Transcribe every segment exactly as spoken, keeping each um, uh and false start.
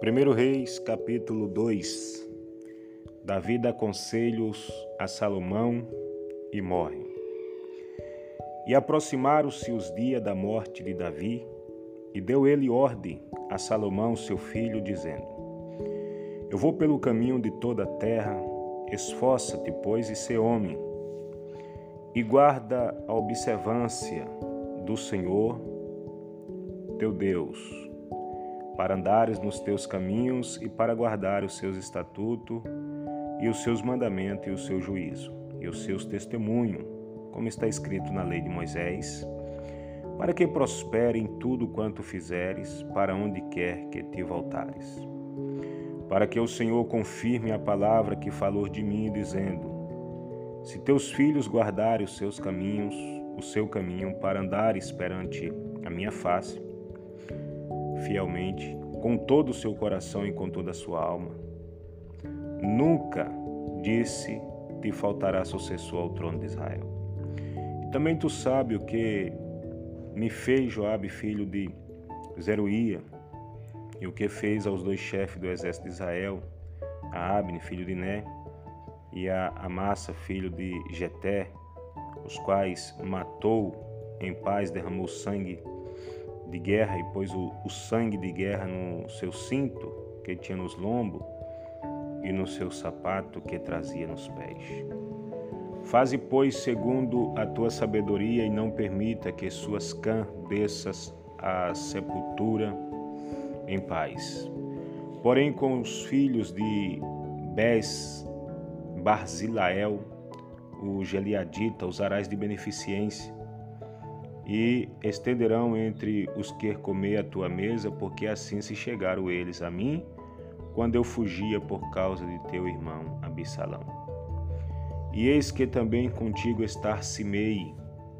primeiro Reis, capítulo dois. Davi dá conselhos a Salomão e morre. E aproximaram-se os dias da morte de Davi, e deu ele ordem a Salomão, seu filho, dizendo: Eu vou pelo caminho de toda a terra, esforça-te, pois, e sê homem, e guarda a observância do Senhor, teu Deus, para andares nos teus caminhos e para guardar os seus estatutos e os seus mandamentos e o seu juízo e os seus testemunhos, como está escrito na lei de Moisés, para que prospere em tudo quanto fizeres, para onde quer que te voltares. Para que o Senhor confirme a palavra que falou de mim, dizendo: Se teus filhos guardarem os seus caminhos, o seu caminho, para andares perante a minha face, fielmente, com todo o seu coração e com toda a sua alma, nunca, disse, te faltará sucessor ao trono de Israel. E também tu sabes o que me fez Joabe, filho de Zeruia, e o que fez aos dois chefes do exército de Israel, a Abne, filho de Né, e a Amassa, filho de Jeté, os quais matou em paz, derramou sangue de guerra e pôs o, o sangue de guerra no seu cinto que tinha nos lombos e no seu sapato que trazia nos pés. Faze, pois, segundo a tua sabedoria, e não permita que suas cãs desças à sepultura em paz. Porém, com os filhos de Bes, Barzilael, o Gileadita, usarás de beneficência, e estenderão entre os que comer a tua mesa, porque assim se chegaram eles a mim, quando eu fugia por causa de teu irmão Absalão. E eis que também contigo está Simei,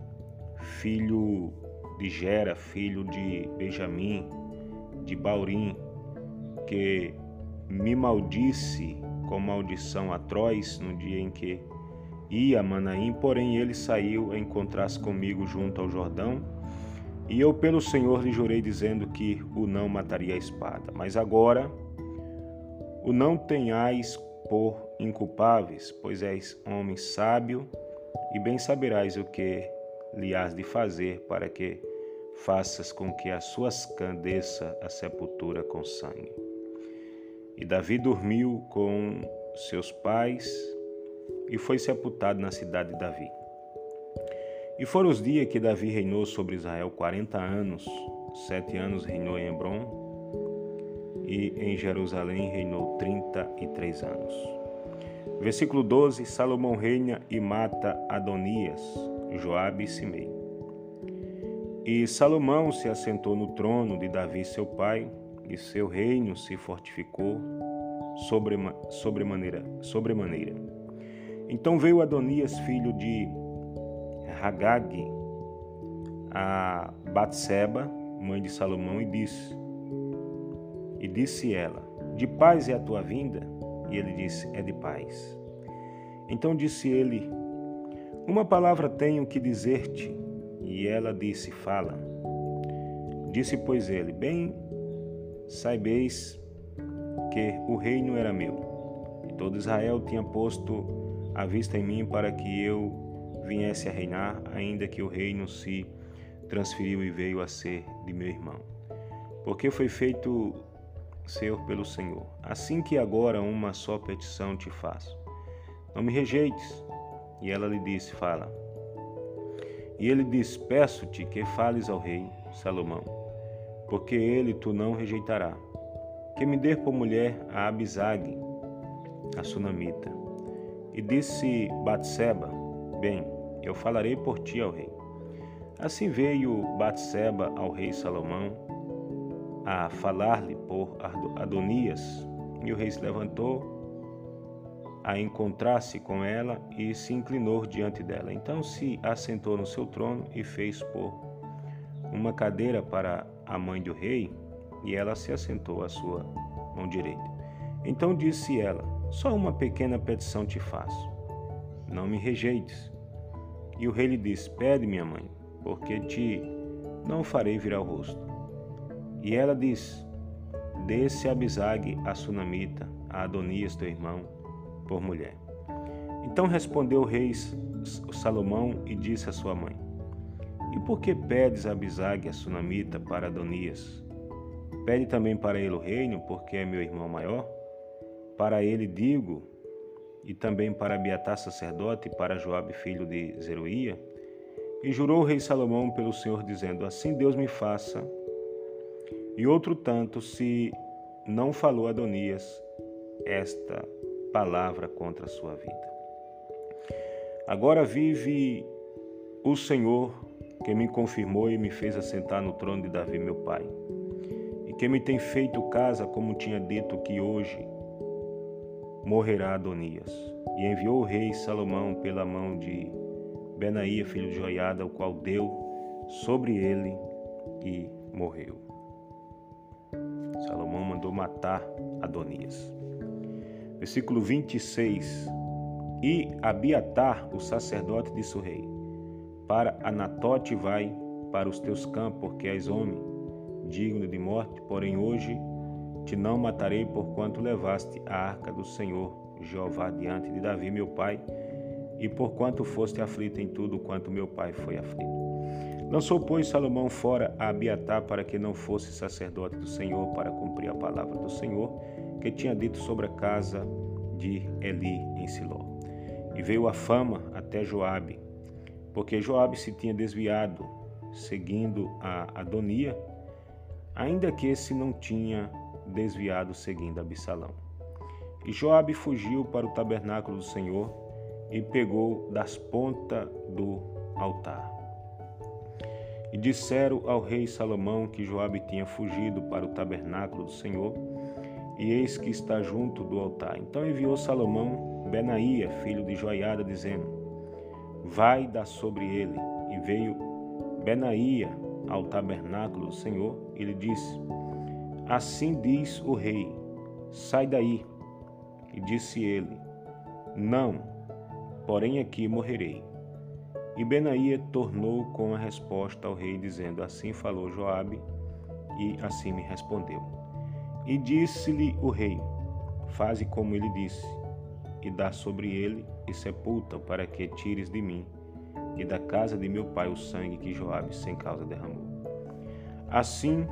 filho de Gera, filho de Benjamim, de Baurim, que me maldisse com maldição atroz no dia em que ia a Manaim, porém ele saiu a encontrar-se comigo junto ao Jordão, e eu pelo Senhor lhe jurei, dizendo que o não mataria a espada. Mas agora o não tenhais por inculpáveis, pois és homem sábio, e bem saberás o que lhe has de fazer, para que faças com que as suas cãs desça a sepultura com sangue. E Davi dormiu com seus pais, e foi sepultado na cidade de Davi. E foram os dias que Davi reinou sobre Israel quarenta anos, sete anos reinou em Hebrom, e em Jerusalém reinou trinta e três anos. Versículo doze, Salomão reina e mata Adonias, Joabe e Simei. E Salomão se assentou no trono de Davi seu pai, e seu reino se fortificou sobrema, sobremaneira, sobremaneira. Então veio Adonias, filho de Hagag, a Batseba, mãe de Salomão, e disse, e disse ela: De paz é a tua vinda? E ele disse: É de paz. Então disse ele: Uma palavra tenho que dizer-te. E ela disse: Fala. Disse, pois, ele: Bem, saibeis que o reino era meu, e todo Israel tinha posto a vista em mim para que eu viesse a reinar, ainda que o reino se transferiu e veio a ser de meu irmão, porque foi feito seu pelo Senhor. Assim que agora uma só petição te faço: não me rejeites. E ela lhe disse: Fala. E ele disse: Peço-te que fales ao rei Salomão, porque ele tu não rejeitará, que me dê por mulher a Abisag, a sunamita. E disse Batseba: Bem, eu falarei por ti ao rei. Assim veio Batseba ao rei Salomão a falar-lhe por Adonias, e o rei se levantou a encontrar-se com ela e se inclinou diante dela. Então se assentou no seu trono e fez pôr uma cadeira para a mãe do rei, e ela se assentou à sua mão direita. Então disse ela: Só uma pequena petição te faço, não me rejeites. E o rei lhe disse: Pede, minha mãe, porque te não farei virar o rosto. E ela disse: desse Abisag a sunamita, a Adonias teu irmão, por mulher. Então respondeu o rei Salomão e disse à sua mãe: E por que pedes a Abisag a sunamita para Adonias? Pede também para ele o reino, porque é meu irmão maior? Para ele digo, e também para Abiatar sacerdote, e para Joabe filho de Zeruia? E jurou o rei Salomão pelo Senhor, dizendo: Assim Deus me faça, e outro tanto, se não falou Adonias esta palavra contra a sua vida. Agora vive o Senhor, que me confirmou e me fez assentar no trono de Davi meu pai, e que me tem feito casa, como tinha dito, que hoje morrerá Adonias. E enviou o rei Salomão pela mão de Benaía, filho de Joiada, o qual deu sobre ele e morreu. Salomão mandou matar Adonias. Versículo vinte e seis. E Abiatar, o sacerdote, disse o rei: Para Anatote vai, para os teus campos, porque és homem digno de morte, porém hoje te não matarei, porquanto levaste a arca do Senhor Jeová diante de Davi meu pai, e porquanto foste aflito em tudo quanto meu pai foi aflito. Lançou, pois, Salomão fora a Abiatar, para que não fosse sacerdote do Senhor, para cumprir a palavra do Senhor, que tinha dito sobre a casa de Eli em Siló. E veio a fama até Joabe, porque Joabe se tinha desviado, seguindo a Adonia, ainda que esse não tinha desviado, seguindo Absalão. E Joabe fugiu para o tabernáculo do Senhor e pegou das pontas do altar. E disseram ao rei Salomão que Joabe tinha fugido para o tabernáculo do Senhor, e eis que está junto do altar. Então enviou Salomão Benaía, filho de Joiada, dizendo: Vai dar sobre ele. E veio Benaía ao tabernáculo do Senhor e lhe disse: Assim diz o rei, sai daí. E disse ele: Não, porém aqui morrerei. E Benaía tornou com a resposta ao rei, dizendo: Assim falou Joabe, e assim me respondeu. E disse-lhe o rei: Faze como ele disse, e dá sobre ele, e sepulta, para que tires de mim e da casa de meu pai o sangue que Joabe sem causa derramou. Assim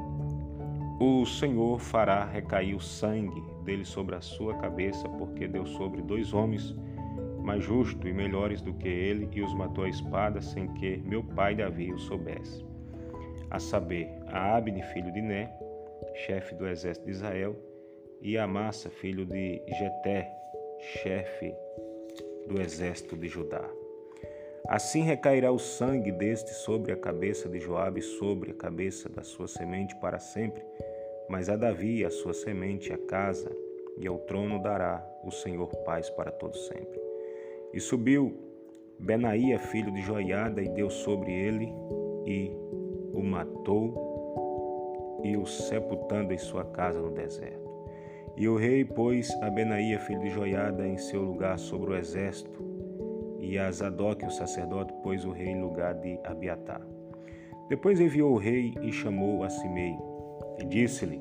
o Senhor fará recair o sangue dele sobre a sua cabeça, porque deu sobre dois homens mais justos e melhores do que ele, e os matou à espada, sem que meu pai Davi o soubesse. A saber, a Abne, filho de Né, chefe do exército de Israel, e Amassa, filho de Jeté, chefe do exército de Judá. Assim recairá o sangue deste sobre a cabeça de Joabe e sobre a cabeça da sua semente para sempre, mas a Davi, a sua semente, a casa e ao trono dará o Senhor paz para todos sempre. E subiu Benaía, filho de Joiada, e deu sobre ele, e o matou, e o sepultando em sua casa no deserto. E o rei pôs a Benaía, filho de Joiada, em seu lugar sobre o exército, e a Zadok, o sacerdote, pôs o rei em lugar de Abiatar. Depois enviou o rei e chamou a Simei, e disse-lhe: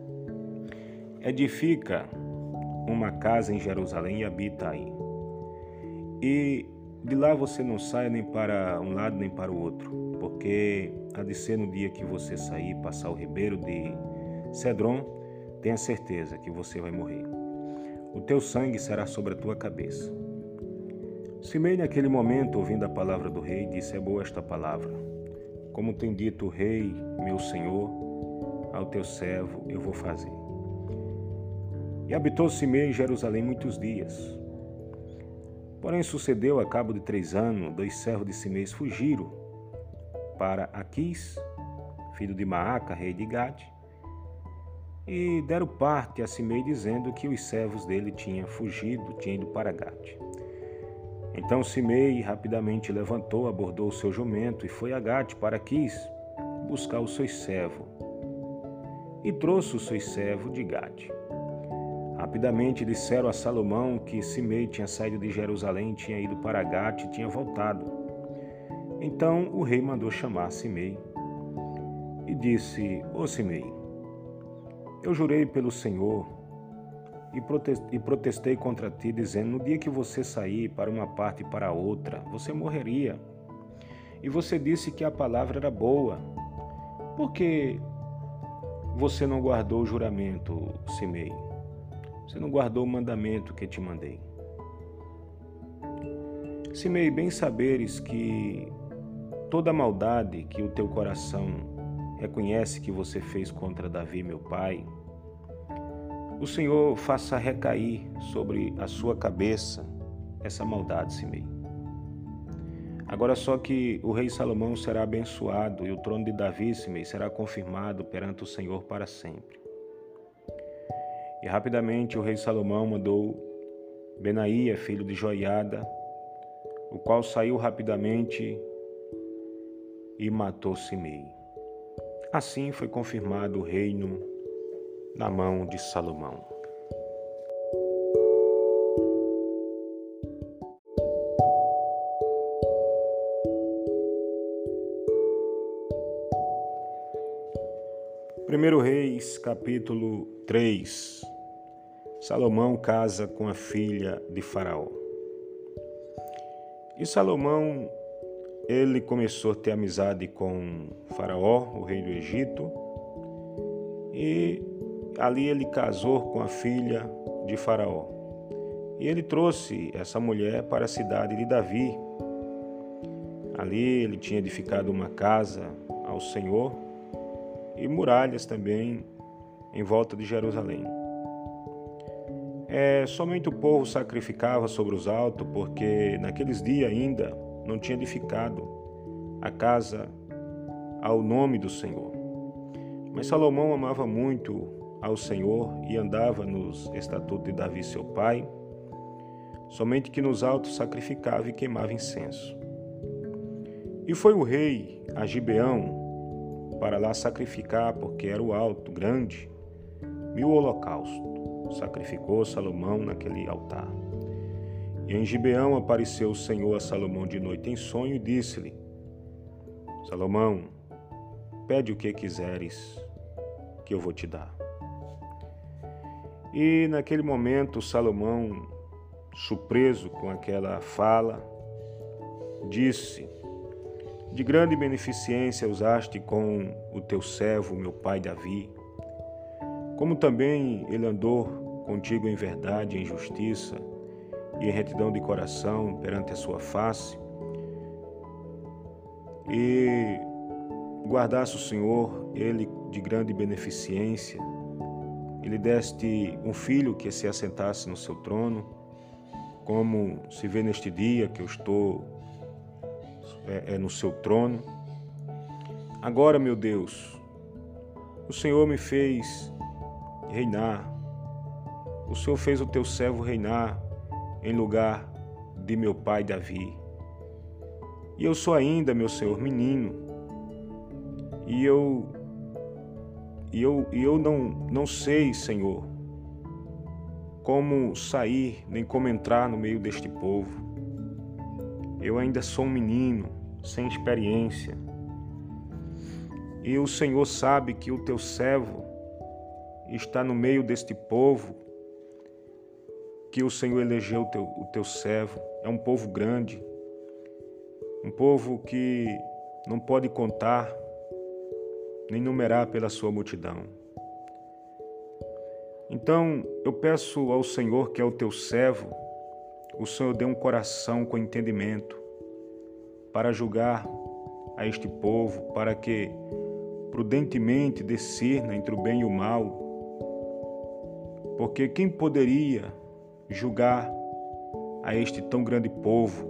Edifica uma casa em Jerusalém e habita aí. E de lá você não saia nem para um lado nem para o outro, porque há de ser no dia que você sair passar o ribeiro de Cedron, tenha certeza que você vai morrer. O teu sangue será sobre a tua cabeça. Simei, naquele momento, ouvindo a palavra do rei, disse: É boa esta palavra. Como tem dito o rei, meu senhor, ao teu servo eu vou fazer. E habitou Simei em Jerusalém muitos dias. Porém sucedeu, a cabo de três anos, dois servos de Simei fugiram para Aquis, filho de Maaca, rei de Gade, e deram parte a Simei, dizendo que os servos dele tinham fugido, tinham ido para Gade. Então Simei rapidamente levantou, abordou o seu jumento e foi a Gade para Aquis buscar os seus servos, e trouxe os seus servos de Gade. Rapidamente disseram a Salomão que Simei tinha saído de Jerusalém, tinha ido para Gate e tinha voltado. Então o rei mandou chamar Simei e disse: Ô Simei, Eu jurei pelo Senhor e protestei contra ti, dizendo: no dia que você sair para uma parte e para outra, você morreria. E você disse que a palavra era boa. Por que você não guardou o juramento, Simei? Você não guardou o mandamento que te mandei. Simei, bem saberes que toda a maldade que o teu coração reconhece que você fez contra Davi, meu pai, o Senhor faça recair sobre a sua cabeça essa maldade, Simei. Agora só que o rei Salomão será abençoado e o trono de Davi, Simei, será confirmado perante o Senhor para sempre. E rapidamente o rei Salomão mandou Benaía, filho de Joiada, o qual saiu rapidamente e matou Simei. Assim foi confirmado o reino na mão de Salomão. primeiro Reis, capítulo três. Salomão casa com a filha de Faraó. E Salomão, ele começou a ter amizade com Faraó, o rei do Egito, e ali ele casou com a filha de Faraó. E ele trouxe essa mulher para a cidade de Davi. Ali ele tinha edificado uma casa ao Senhor e muralhas também em volta de Jerusalém. É, somente o povo sacrificava sobre os altos, porque naqueles dias ainda não tinha edificado a casa ao nome do Senhor. Mas Salomão amava muito ao Senhor e andava nos estatutos de Davi, seu pai, somente que nos altos sacrificava e queimava incenso. E foi o rei a Gibeão para lá sacrificar, porque era o alto, grande, mil holocaustos. Sacrificou Salomão naquele altar. E em Gibeão apareceu o Senhor a Salomão de noite em sonho e disse-lhe: Salomão, pede o que quiseres, que eu vou te dar. E naquele momento Salomão, surpreso com aquela fala, disse: de grande beneficência usaste com o teu servo, meu pai Davi, como também ele andou contigo em verdade, em justiça e em retidão de coração perante a sua face, e guardasse o Senhor ele de grande beneficência, e lhe deste um filho que se assentasse no seu trono, como se vê neste dia que eu estou é, é, no seu trono. Agora, meu Deus, o Senhor me fez reinar, o Senhor fez o teu servo reinar em lugar de meu pai Davi. E eu sou ainda, meu Senhor, menino, e eu, e eu, e eu não, não sei, Senhor, como sair nem como entrar no meio deste povo. Eu ainda sou um menino, sem experiência. E o Senhor sabe que o teu servo está no meio deste povo, que o Senhor elegeu o teu, o teu servo. É um povo grande, um povo que não pode contar, nem numerar pela sua multidão. Então, eu peço ao Senhor, que é o teu servo, o Senhor dê um coração com entendimento para julgar a este povo, para que prudentemente discirna entre o bem e o mal, porque quem poderia julgar a este tão grande povo?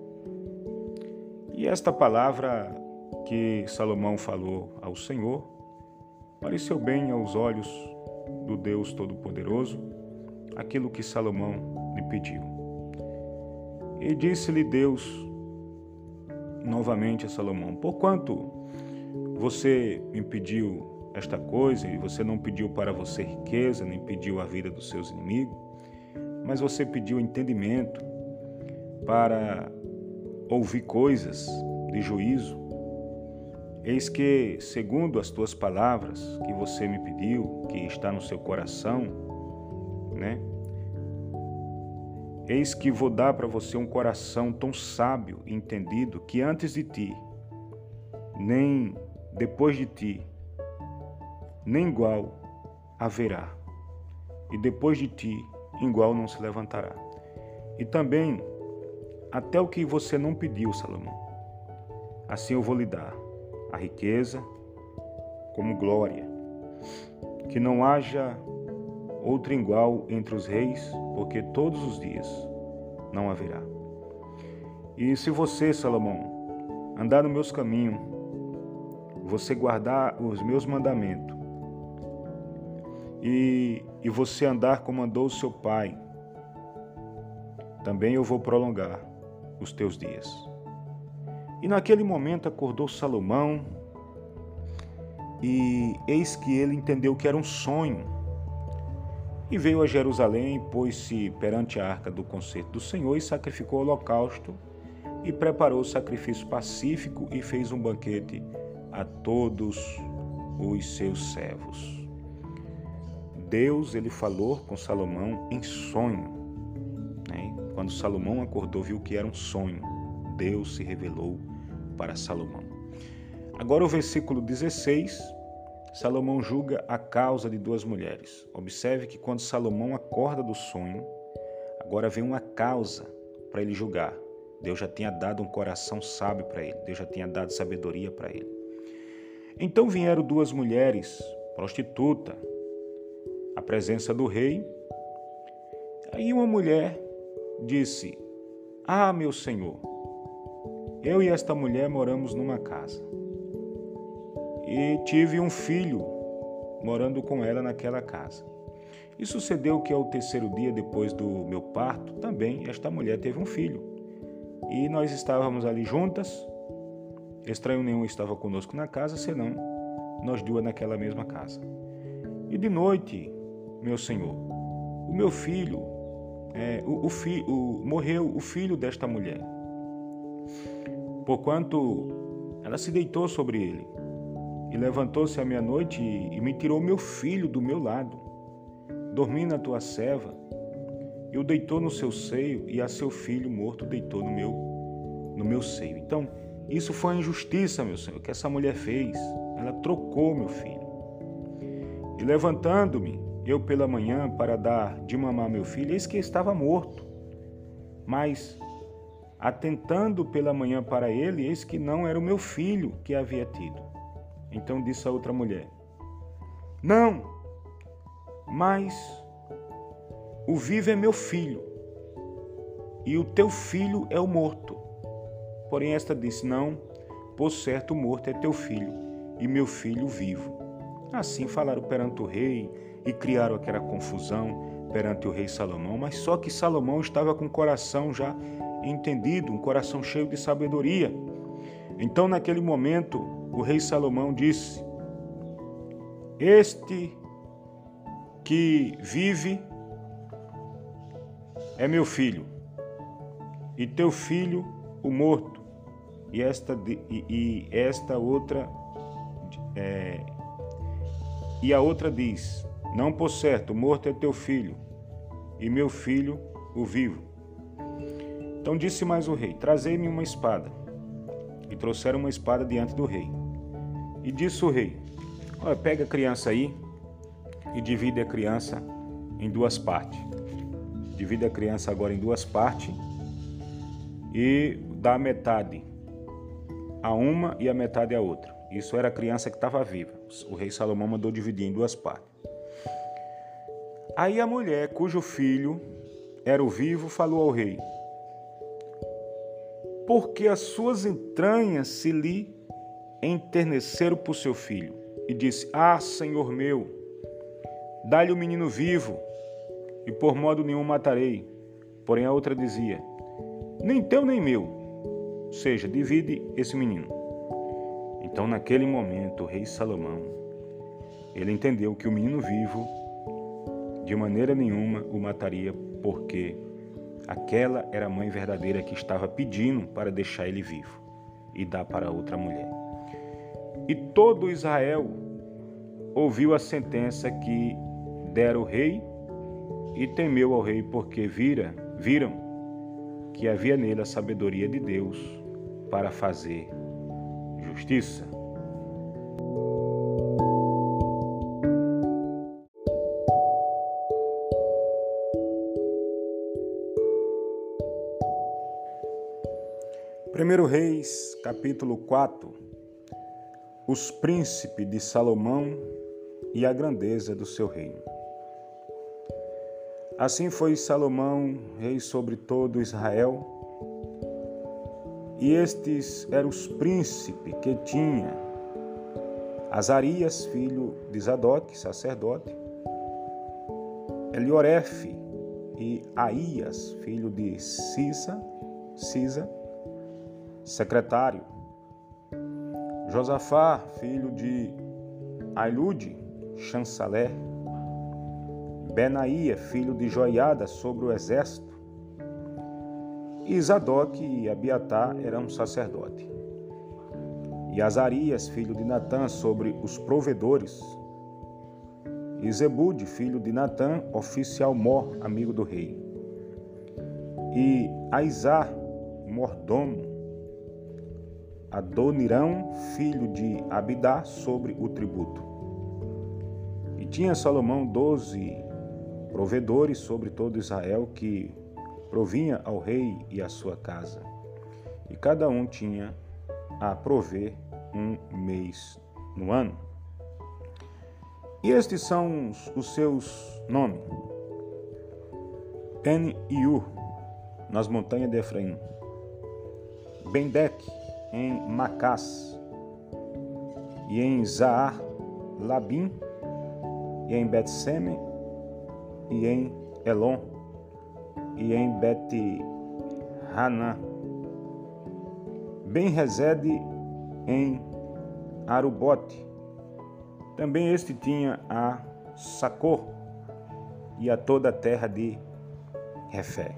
E esta palavra que Salomão falou ao Senhor pareceu bem aos olhos do Deus Todo-Poderoso, aquilo que Salomão lhe pediu. E disse-lhe Deus novamente a Salomão: porquanto você me pediu esta coisa, e você não pediu para você riqueza, nem pediu a vida dos seus inimigos, mas você pediu entendimento para ouvir coisas de juízo, Eis que, segundo as tuas palavras que você me pediu, que está no seu coração, né? Eis que vou dar para você um coração tão sábio e entendido que antes de ti, nem depois de ti, nem igual haverá, e depois de ti, igual não se levantará. E também, até o que você não pediu, Salomão, assim eu vou lhe dar, a riqueza como glória, que não haja outro igual entre os reis, porque todos os dias não haverá. E se você, Salomão, andar nos meus caminhos, você guardar os meus mandamentos, e, e você andar como andou o seu pai, também eu vou prolongar os teus dias. E naquele momento acordou Salomão, e eis que ele entendeu que era um sonho, e veio a Jerusalém, pôs-se perante a arca do concerto do Senhor e sacrificou o holocausto, e preparou o sacrifício pacífico e fez um banquete a todos os seus servos. Deus, ele falou com Salomão em sonho, né? Quando Salomão acordou, viu que era um sonho. Deus se revelou para Salomão. Agora o versículo dezesseis, Salomão julga a causa de duas mulheres. Observe que quando Salomão acorda do sonho, agora vem uma causa para ele julgar. Deus já tinha dado um coração sábio para ele, Deus já tinha dado sabedoria para ele. Então vieram duas mulheres, prostituta, à presença do rei. Aí uma mulher disse: "Ah, meu senhor, eu e esta mulher moramos numa casa e tive um filho morando com ela naquela casa. E sucedeu que ao terceiro dia depois do meu parto, também esta mulher teve um filho. E nós estávamos ali juntas, estranho nenhum estava conosco na casa, senão nós duas naquela mesma casa. E de noite, meu senhor, o meu filho, é, o, o fi, o, morreu o filho desta mulher, porquanto ela se deitou sobre ele, e levantou-se à meia-noite e, e me tirou meu filho do meu lado. Dormi na tua serva, e o deitou no seu seio, e a seu filho morto deitou no meu, no meu seio." Então, isso foi a injustiça, meu Senhor, que essa mulher fez. Ela trocou meu filho. E levantando-me, eu pela manhã, para dar de mamar meu filho, eis que estava morto. Mas, atentando pela manhã para ele, eis que não era o meu filho que havia tido. Então disse a outra mulher: "Não, mas o vivo é meu filho, e o teu filho é o morto." Porém esta disse: "Não, por certo o morto é teu filho, e meu filho vivo." Assim falaram perante o rei, e criaram aquela confusão perante o rei Salomão, mas só que Salomão estava com o coração já entendido, um coração cheio de sabedoria. Então naquele momento o rei Salomão disse: "Este que vive é meu filho, e teu filho o morto." E esta, e, e esta outra, é, e a outra diz: "Não, por certo, o morto é teu filho, e meu filho o vivo." Então disse mais o rei: "Trazei-me uma espada." E trouxeram uma espada diante do rei. E disse o rei: "Olha, pega a criança aí e divide a criança em duas partes. Divide a criança agora em duas partes e dá a metade a uma e a metade a outra." Isso era a criança que estava viva. O rei Salomão mandou dividir em duas partes. Aí a mulher, cujo filho era o vivo, falou ao rei: "Porque as suas entranhas se lhe enterneceram por seu filho." E disse: "Ah, senhor meu, dá-lhe o menino vivo, e por modo nenhum matarei." Porém a outra dizia: "Nem teu nem meu, seja, divide esse menino." Então naquele momento o rei Salomão, ele entendeu que o menino vivo de maneira nenhuma o mataria, porque aquela era a mãe verdadeira que estava pedindo para deixar ele vivo e dar para outra mulher. E todo Israel ouviu a sentença que dera o rei e temeu ao rei, porque vira, viram que havia nele a sabedoria de Deus para fazer justiça. Primeiro Reis, capítulo quatro. Os príncipes de Salomão e a grandeza do seu reino. Assim foi Salomão rei sobre todo Israel, e estes eram os príncipes que tinha Azarias, filho de Zadok, sacerdote, Eliorefe e Aías, filho de Cisa, Cisa, secretário, Josafá, filho de Ailude, chanceler, Benaía, filho de Joiada, sobre o exército, e Zadok e Abiatar eram sacerdotes, e Azarias, filho de Natã, sobre os provedores, e Zebude, filho de Natã, oficial mor, amigo do rei, e Aizá, mordomo, Adonirão, filho de Abidá, sobre o tributo. E tinha Salomão doze provedores sobre todo Israel, que provinha ao rei e à sua casa. E cada um tinha a prover um mês no ano. E estes são os, os seus nomes: Ben-Iu, nas montanhas de Efraim; Bendeque, em Macás, e em Zaar Labim, e em Bet-Seme, e em Elon, e em Bet-Hanã. Ben resede em Arubote. Também este tinha a Sacor e a toda a terra de Refé.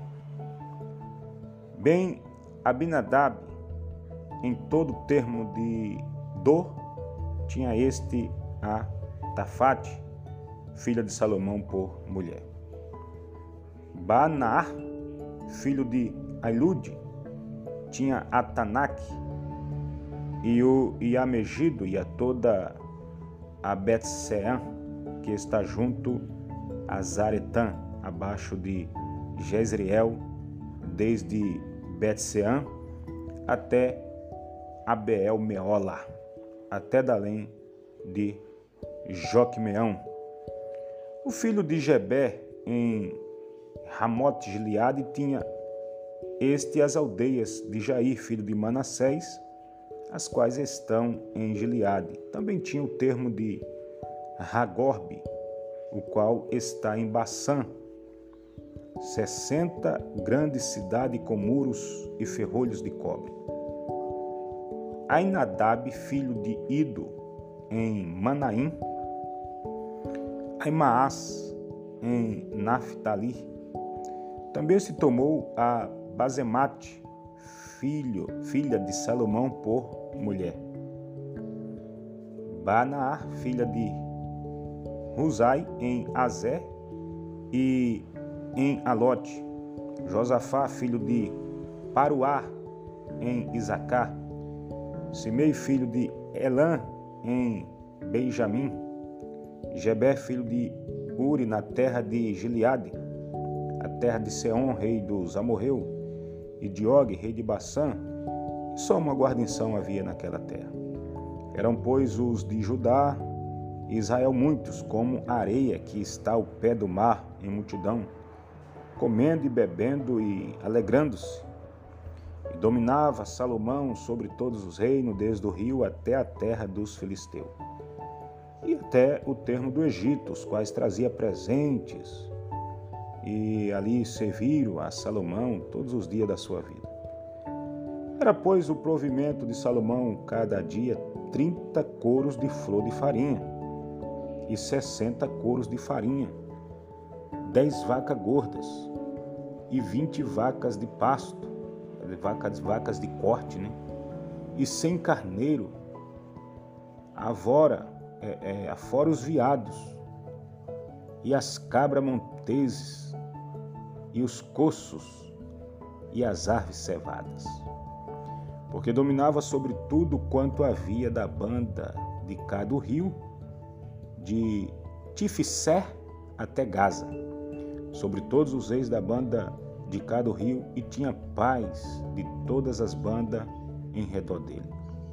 Ben Abinadab, em todo o termo de Dor, tinha este a Tafate, filha de Salomão, por mulher. Baanar, filho de Ailude, tinha a Tanaque, e o Iamegido e a toda a Bet-Seã, que está junto a Zaretã, abaixo de Jezreel, desde Bet-Seã até Abel-Meola, até Dalém de Joquemeão. O filho de Gebé, em Ramote-Gileade, tinha este as aldeias de Jair, filho de Manassés, as quais estão em Gileade. Também tinha o termo de Ragorbe, o qual está em Baçã, sessenta grandes cidades com muros e ferrolhos de cobre. Ainadab, filho de Ido, em Manaim; Aimaas, em Naphtali. Também se tomou a Bazemate, filho, filha de Salomão, por mulher. Banaar, filha de Huzai, em Azé e em Alote. Josafá, filho de Paruá, em Isacar. Simei, filho de Elã, em Benjamim. Gebé, filho de Uri, na terra de Gileade, a terra de Seom, rei dos amorreus, e de Og, rei de Baçã. E só uma guarnição havia naquela terra. Eram, pois, os de Judá e Israel muitos, como a areia que está ao pé do mar, em multidão, comendo e bebendo e alegrando-se. E dominava Salomão sobre todos os reinos, desde o rio até a terra dos filisteus, e até o termo do Egito, os quais trazia presentes, e ali serviram a Salomão todos os dias da sua vida. Era, pois, o provimento de Salomão cada dia trinta coros de flor de farinha, e sessenta coros de farinha, dez vacas gordas, e vinte vacas de pasto, vacas, vacas de corte, né? E cem carneiro, Avora, é, é, afora os veados, e as cabras monteses, e os coços, e as árvores cevadas. Porque dominava sobre tudo quanto havia da banda de cá do rio, de Tifsé até Gaza, sobre todos os reis da banda de cá do rio, e tinha paz de todas as bandas em redor dele.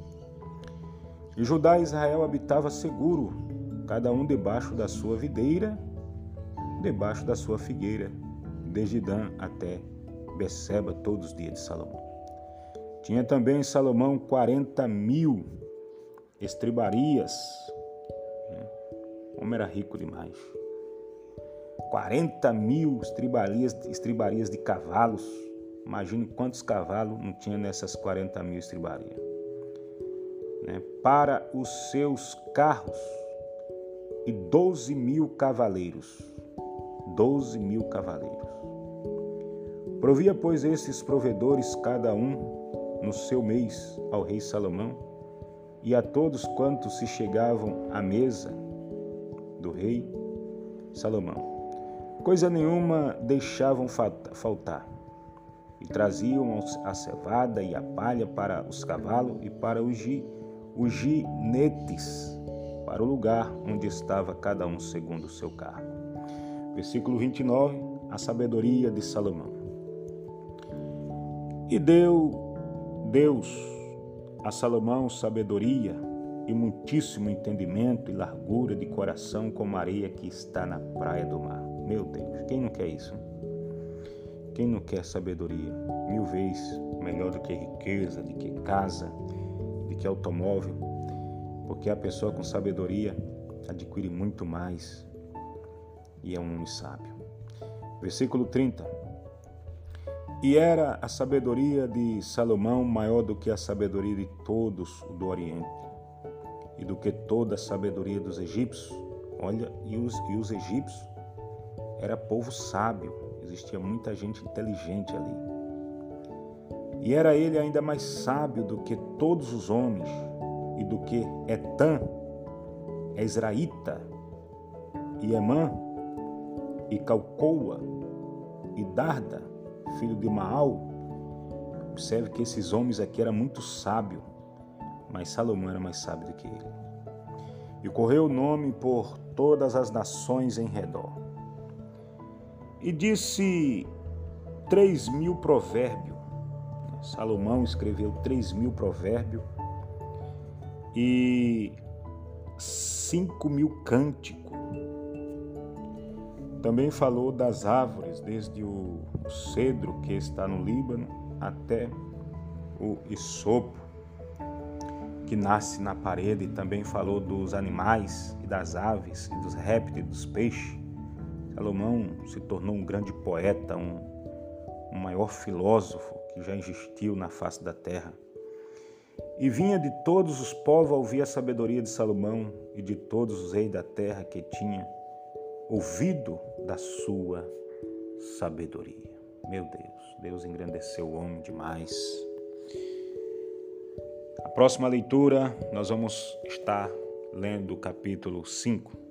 E Judá e Israel habitava seguro, cada um debaixo da sua videira, debaixo da sua figueira, desde Dan até Beceba, todos os dias de Salomão. Tinha também Salomão quarenta mil estribarias. O homem era rico demais. quarenta mil estribarias, estribarias de cavalos. Imagine quantos cavalos não tinha nessas quarenta mil estribarias. Né? Para os seus carros, e doze mil cavaleiros. doze mil cavaleiros. Provia, pois, esses provedores, cada um no seu mês, ao rei Salomão, e a todos quantos se chegavam à mesa do rei Salomão. Coisa nenhuma deixavam faltar, e traziam a cevada e a palha para os cavalos e para os ginetes, para o lugar onde estava cada um segundo o seu cargo. Versículo vinte e nove, a sabedoria de Salomão. E deu Deus a Salomão sabedoria e muitíssimo entendimento e largura de coração como a areia que está na praia do mar. Meu Deus, quem não quer isso? Quem não quer sabedoria? Mil vezes melhor do que riqueza, do que casa, do que automóvel, porque a pessoa com sabedoria adquire muito mais e é um homem sábio. Versículo trinta. E era a sabedoria de Salomão maior do que a sabedoria de todos do Oriente e do que toda a sabedoria dos egípcios. Olha, e os, e os egípcios era povo sábio, existia muita gente inteligente ali. E era ele ainda mais sábio do que todos os homens e do que Etã, Ezraíta, e Emã, e Calcoa, e Darda, filho de Maal. Observe que esses homens aqui eram muito sábios, mas Salomão era mais sábio do que ele. E correu o nome por todas as nações em redor. E disse três mil provérbios. Salomão escreveu três mil provérbios e cinco mil cânticos. Também falou das árvores, desde o cedro que está no Líbano até o isopo que nasce na parede. Também falou dos animais e das aves e dos répteis e dos peixes. Salomão se tornou um grande poeta, um, um maior filósofo que já existiu na face da terra. E vinha de todos os povos a ouvir a sabedoria de Salomão e de todos os reis da terra que tinha ouvido da sua sabedoria. Meu Deus, Deus engrandeceu o homem demais. A próxima leitura nós vamos estar lendo o capítulo cinco.